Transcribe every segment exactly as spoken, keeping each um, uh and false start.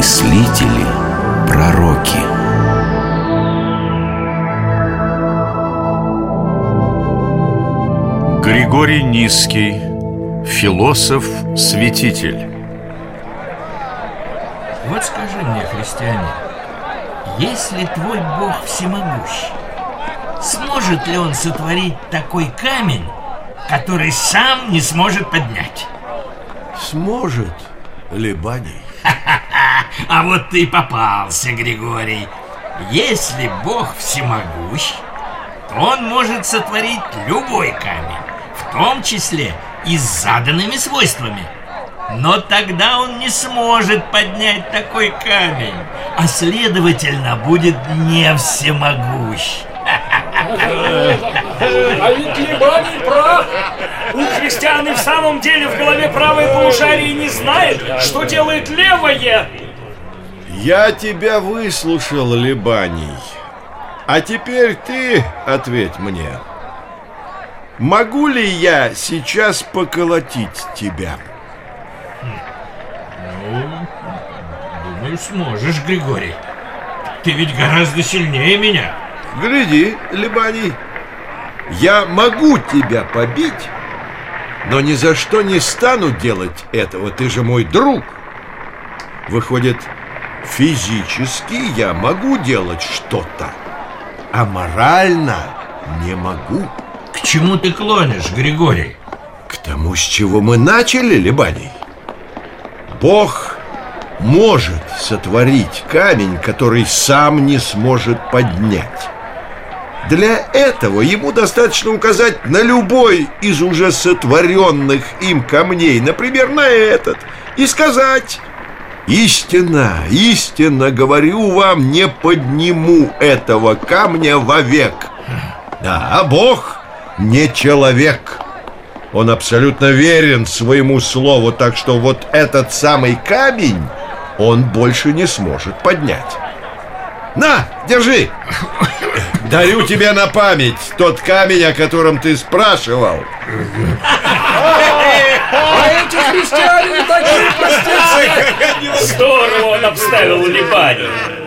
мыслители, пророки. Григорий Низкий, философ-святитель. Вот скажи мне, христианин, если твой Бог всемогущ, сможет ли он сотворить такой камень, который сам не сможет поднять? Сможет, Либаний. А вот ты и попался, Григорий. Если Бог всемогущ, то он может сотворить любой камень, в том числе и с заданными свойствами. Но тогда он не сможет поднять такой камень, а следовательно будет не всемогущ. А ведь Либаний прав. У христиан и в самом деле в голове правое полушарие не знает, что делает левое. Я тебя выслушал, Либаний. А теперь ты ответь мне. Могу ли я сейчас поколотить тебя? Ну, думаю, сможешь, Григорий. Ты ведь гораздо сильнее меня. Гляди, Либаний, я могу тебя побить, но ни за что не стану делать этого. Ты же мой друг. Выходит, физически я могу делать что-то, а морально не могу. К чему ты клонишь, Григорий? К тому, с чего мы начали, Либаний. Бог может сотворить камень, который сам не сможет поднять. Для этого ему достаточно указать на любой из уже сотворенных им камней, например, на этот, и сказать: истинно, истинно говорю вам, не подниму этого камня вовек. Да, а Бог не человек. Он абсолютно верен своему слову, так что вот этот самый камень он больше не сможет поднять. На, держи! Дарю тебе на память тот камень, о котором ты спрашивал. А эти христиане такие простецы! Здорово он обставил Либаний.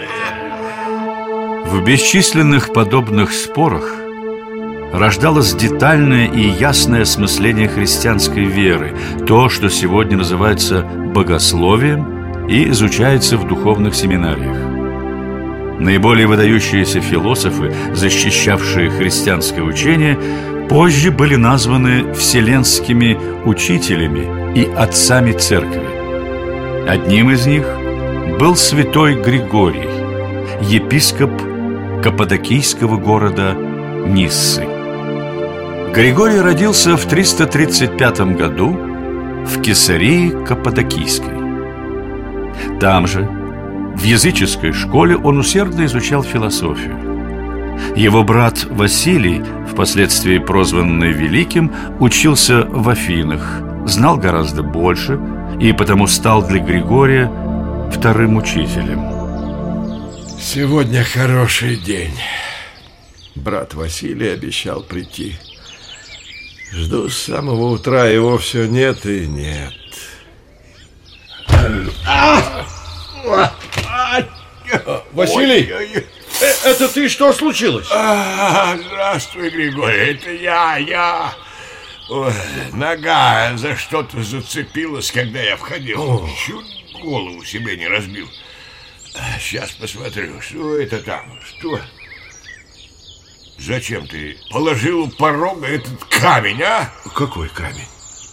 В бесчисленных подобных спорах рождалось детальное и ясное осмысление христианской веры, то, что сегодня называется богословием и изучается в духовных семинариях. Наиболее выдающиеся философы, защищавшие христианское учение, позже были названы вселенскими учителями и отцами церкви. Одним из них был святой Григорий, епископ каппадокийского города Ниссы. Григорий родился в триста тридцать пятом году в Кесарии Каппадокийской. Там же, в языческой школе, он усердно изучал философию. Его брат Василий, впоследствии прозванный Великим, учился в Афинах, знал гораздо больше и потому стал для Григория вторым учителем. Сегодня хороший день. Брат Василий обещал прийти. Жду с самого утра, его все нет и нет. Василий, это ты? Что случилось? А, здравствуй, Григорий, это я, я. Ой, нога за что-то зацепилась, когда я входил. О. Чуть голову себе не разбил. Сейчас посмотрю, что это там, что... Зачем ты положил у порога этот камень, а? Какой камень?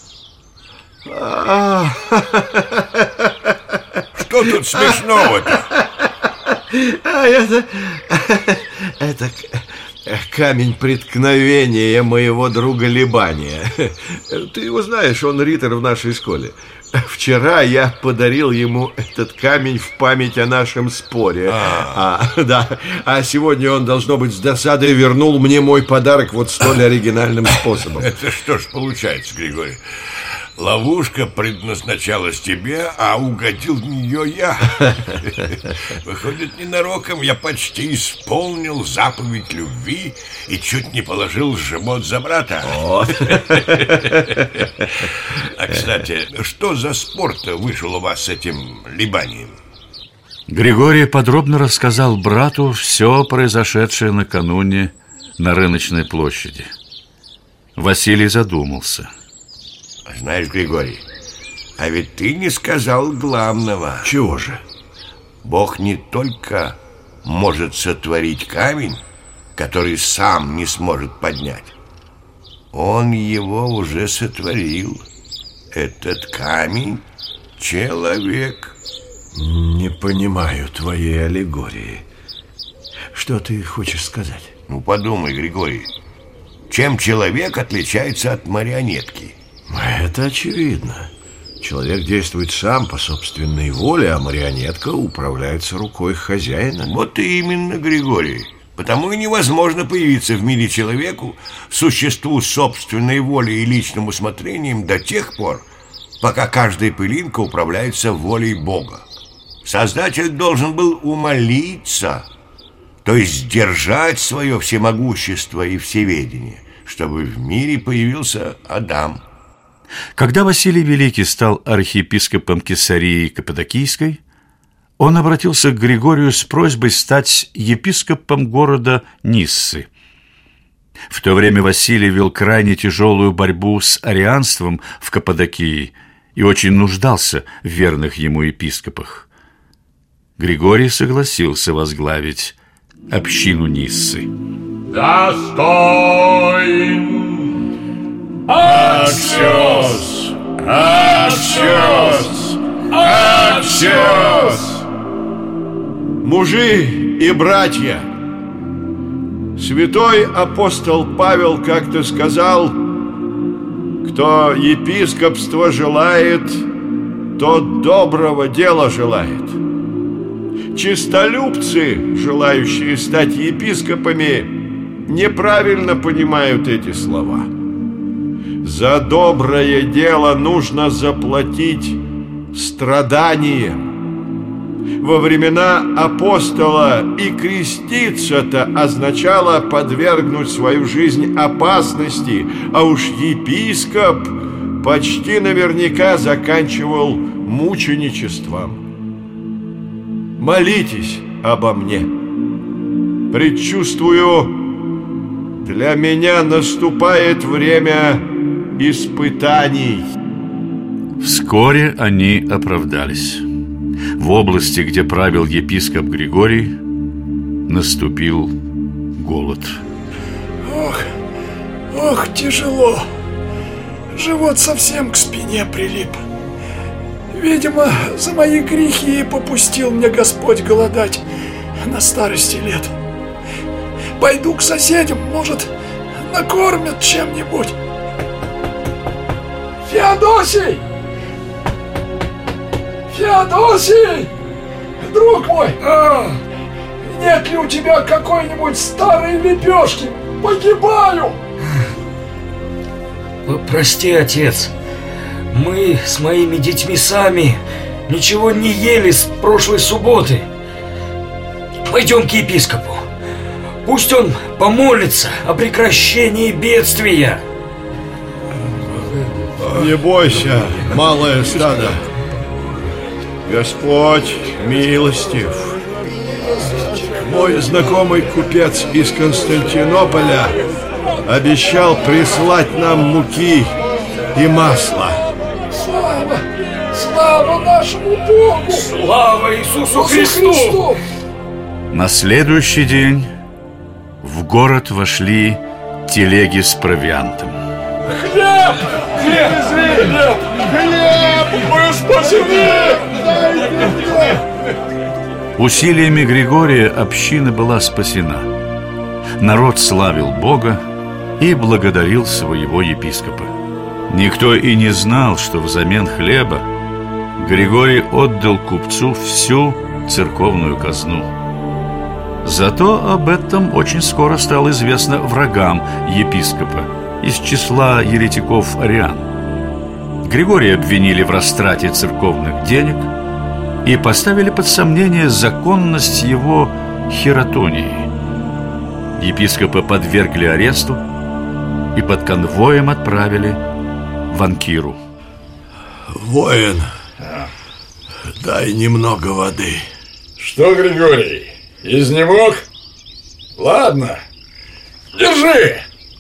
Что тут смешного-то? А это... Это камень преткновения моего друга Либания. Ты его знаешь, он ритор в нашей школе. Вчера я подарил ему этот камень в память о нашем споре. А, а, да. А сегодня он, должно быть, с досадой вернул мне мой подарок вот столь оригинальным способом. Это что ж получается, Григорий? Ловушка предназначалась тебе, а угодил в нее я. Выходит, ненароком я почти исполнил заповедь любви и чуть не положил живот за брата. А, кстати, что за спор-то вышел у вас с этим Либанием? Григорий подробно рассказал брату все произошедшее накануне на рыночной площади. Василий задумался. Знаешь, Григорий, а ведь ты не сказал главного. Чего же? Бог не только может сотворить камень, который сам не сможет поднять. Он его уже сотворил. Этот камень — человек. Не понимаю твоей аллегории. Что ты хочешь сказать? Ну, подумай, Григорий, чем человек отличается от марионетки? Это очевидно. Человек действует сам по собственной воле, а марионетка управляется рукой хозяина. Вот именно, Григорий. Потому и невозможно появиться в мире человеку, существу с собственной волей и личным усмотрением до тех пор, пока каждая пылинка управляется волей Бога. Создатель должен был умолиться, то есть сдержать свое всемогущество и всеведение, чтобы в мире появился Адам. Когда Василий Великий стал архиепископом Кесарии Каппадокийской, он обратился к Григорию с просьбой стать епископом города Ниссы. В то время Василий вел крайне тяжелую борьбу с арианством в Каппадокии и очень нуждался в верных ему епископах. Григорий согласился возглавить общину Ниссы. Достоин! Аксиос! Аксиос! Аксиос! Мужи и братья, святой апостол Павел как-то сказал: кто епископства желает, тот доброго дела желает. Чистолюбцы, желающие стать епископами, неправильно понимают эти слова. За доброе дело нужно заплатить страданием. Во времена апостола и креститься-то означало подвергнуть свою жизнь опасности, а уж епископ почти наверняка заканчивал мученичеством. Молитесь обо мне. Предчувствую, для меня наступает время испытаний. Вскоре они оправдались. В области, где правил епископ Григорий, наступил голод. Ох, ох, тяжело. Живот совсем к спине прилип. Видимо, за мои грехи и попустил мне Господь голодать на старости лет. Пойду к соседям, может, накормят чем-нибудь. Феодосий! Феодосий! Друг мой! А, нет ли у тебя какой-нибудь старой лепешки? Погибаю! Прости, отец. Мы с моими детьми сами ничего не ели с прошлой субботы. Пойдем к епископу. Пусть он помолится о прекращении бедствия. Не бойся, малое стадо. Господь милостив. Мой знакомый купец из Константинополя обещал прислать нам муки и масла. Слава! Слава нашему Богу! Слава Иисусу Христу! На следующий день в город вошли телеги с провиантом. Хлеб! Хлеб! Хлеб! Хлеб! Мы спасены! Усилиями Григория община была спасена. Народ славил Бога и благодарил своего епископа. Никто и не знал, что взамен хлеба Григорий отдал купцу всю церковную казну. Зато об этом очень скоро стало известно врагам епископа из числа еретиков-ариан. Григория обвинили в растрате церковных денег и поставили под сомнение законность его хиротонии. Епископа подвергли аресту и под конвоем отправили в Анкиру. Воин, дай немного воды. Что, Григорий, изнемог? Ладно, держи.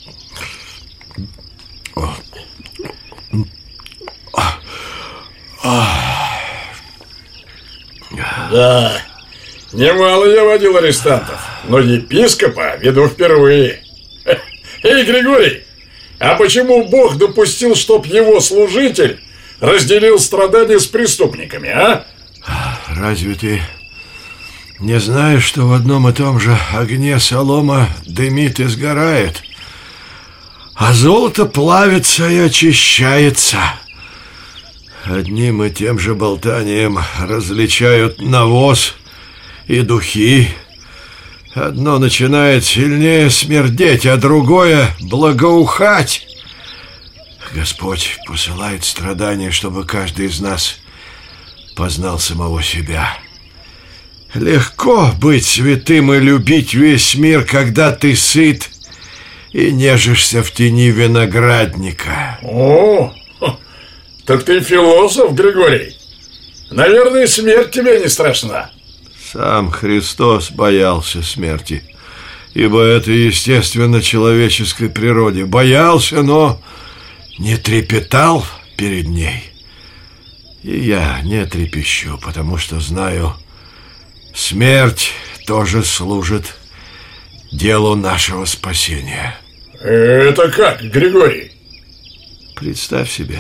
Да, немало я водил арестантов, но епископа веду впервые. Эй, Григорий, а почему Бог допустил, чтоб его служитель разделил страдания с преступниками, а? Разве ты не знаешь, что в одном и том же огне солома дымит и сгорает, а золото плавится и очищается? Одним и тем же болтанием различают навоз и духи. Одно начинает сильнее смердеть, а другое благоухать. Господь посылает страдания, чтобы каждый из нас познал самого себя. Легко быть святым и любить весь мир, когда ты сыт и нежишься в тени виноградника. О, так ты философ, Григорий. Наверное, смерть тебе не страшна. Сам Христос боялся смерти, ибо это естественно человеческой природе. Боялся, но не трепетал перед ней. И я не трепещу, потому что знаю, смерть тоже служит делу нашего спасения. Это как, Григорий? Представь себе,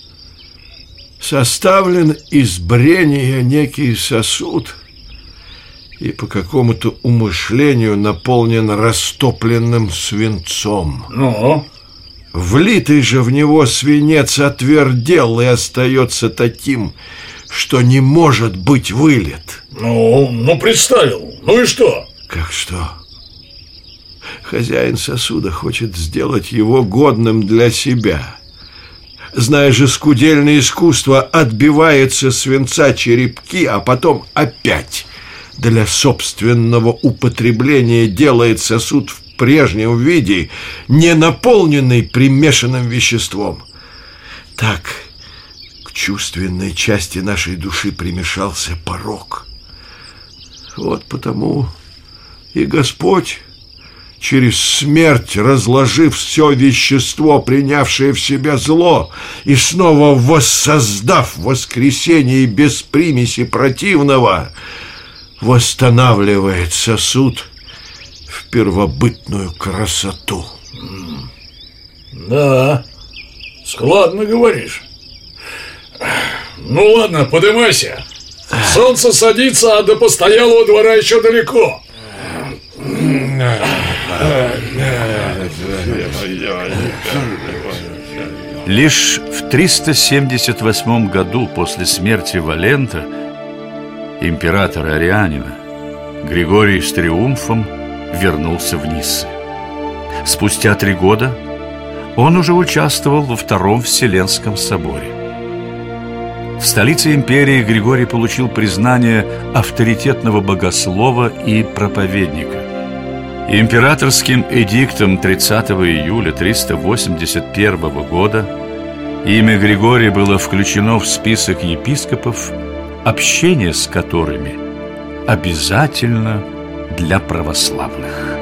составлен из брения некий сосуд и по какому-то умышлению наполнен растопленным свинцом. Ну? Влитый же в него свинец отвердел и остается таким, что не может быть вылит. Ну, ну представил. Ну и что? Как что? Хозяин сосуда хочет сделать его годным для себя. Зная же скудельное искусство, отбивается свинца черепки, а потом опять для собственного употребления делает сосуд в прежнем виде, не наполненный примешанным веществом. Так к чувственной части нашей души примешался порок. Вот потому и Господь, через смерть разложив все вещество, принявшее в себя зло, и снова воссоздав в воскресении без примеси противного, восстанавливает сосуд в первобытную красоту. Да, складно говоришь. Ну ладно, подымайся. Солнце садится, а до постоялого двора еще далеко. Лишь в триста семьдесят восьмом году после смерти Валента, императора Арианина, Григорий с триумфом вернулся в Ниссы. Спустя три года он уже участвовал во Втором Вселенском соборе. В столице империи Григорий получил признание авторитетного богослова и проповедника. Императорским эдиктом тридцатого июля триста восемьдесят первого года имя Григория было включено в список епископов, общение с которыми обязательно для православных.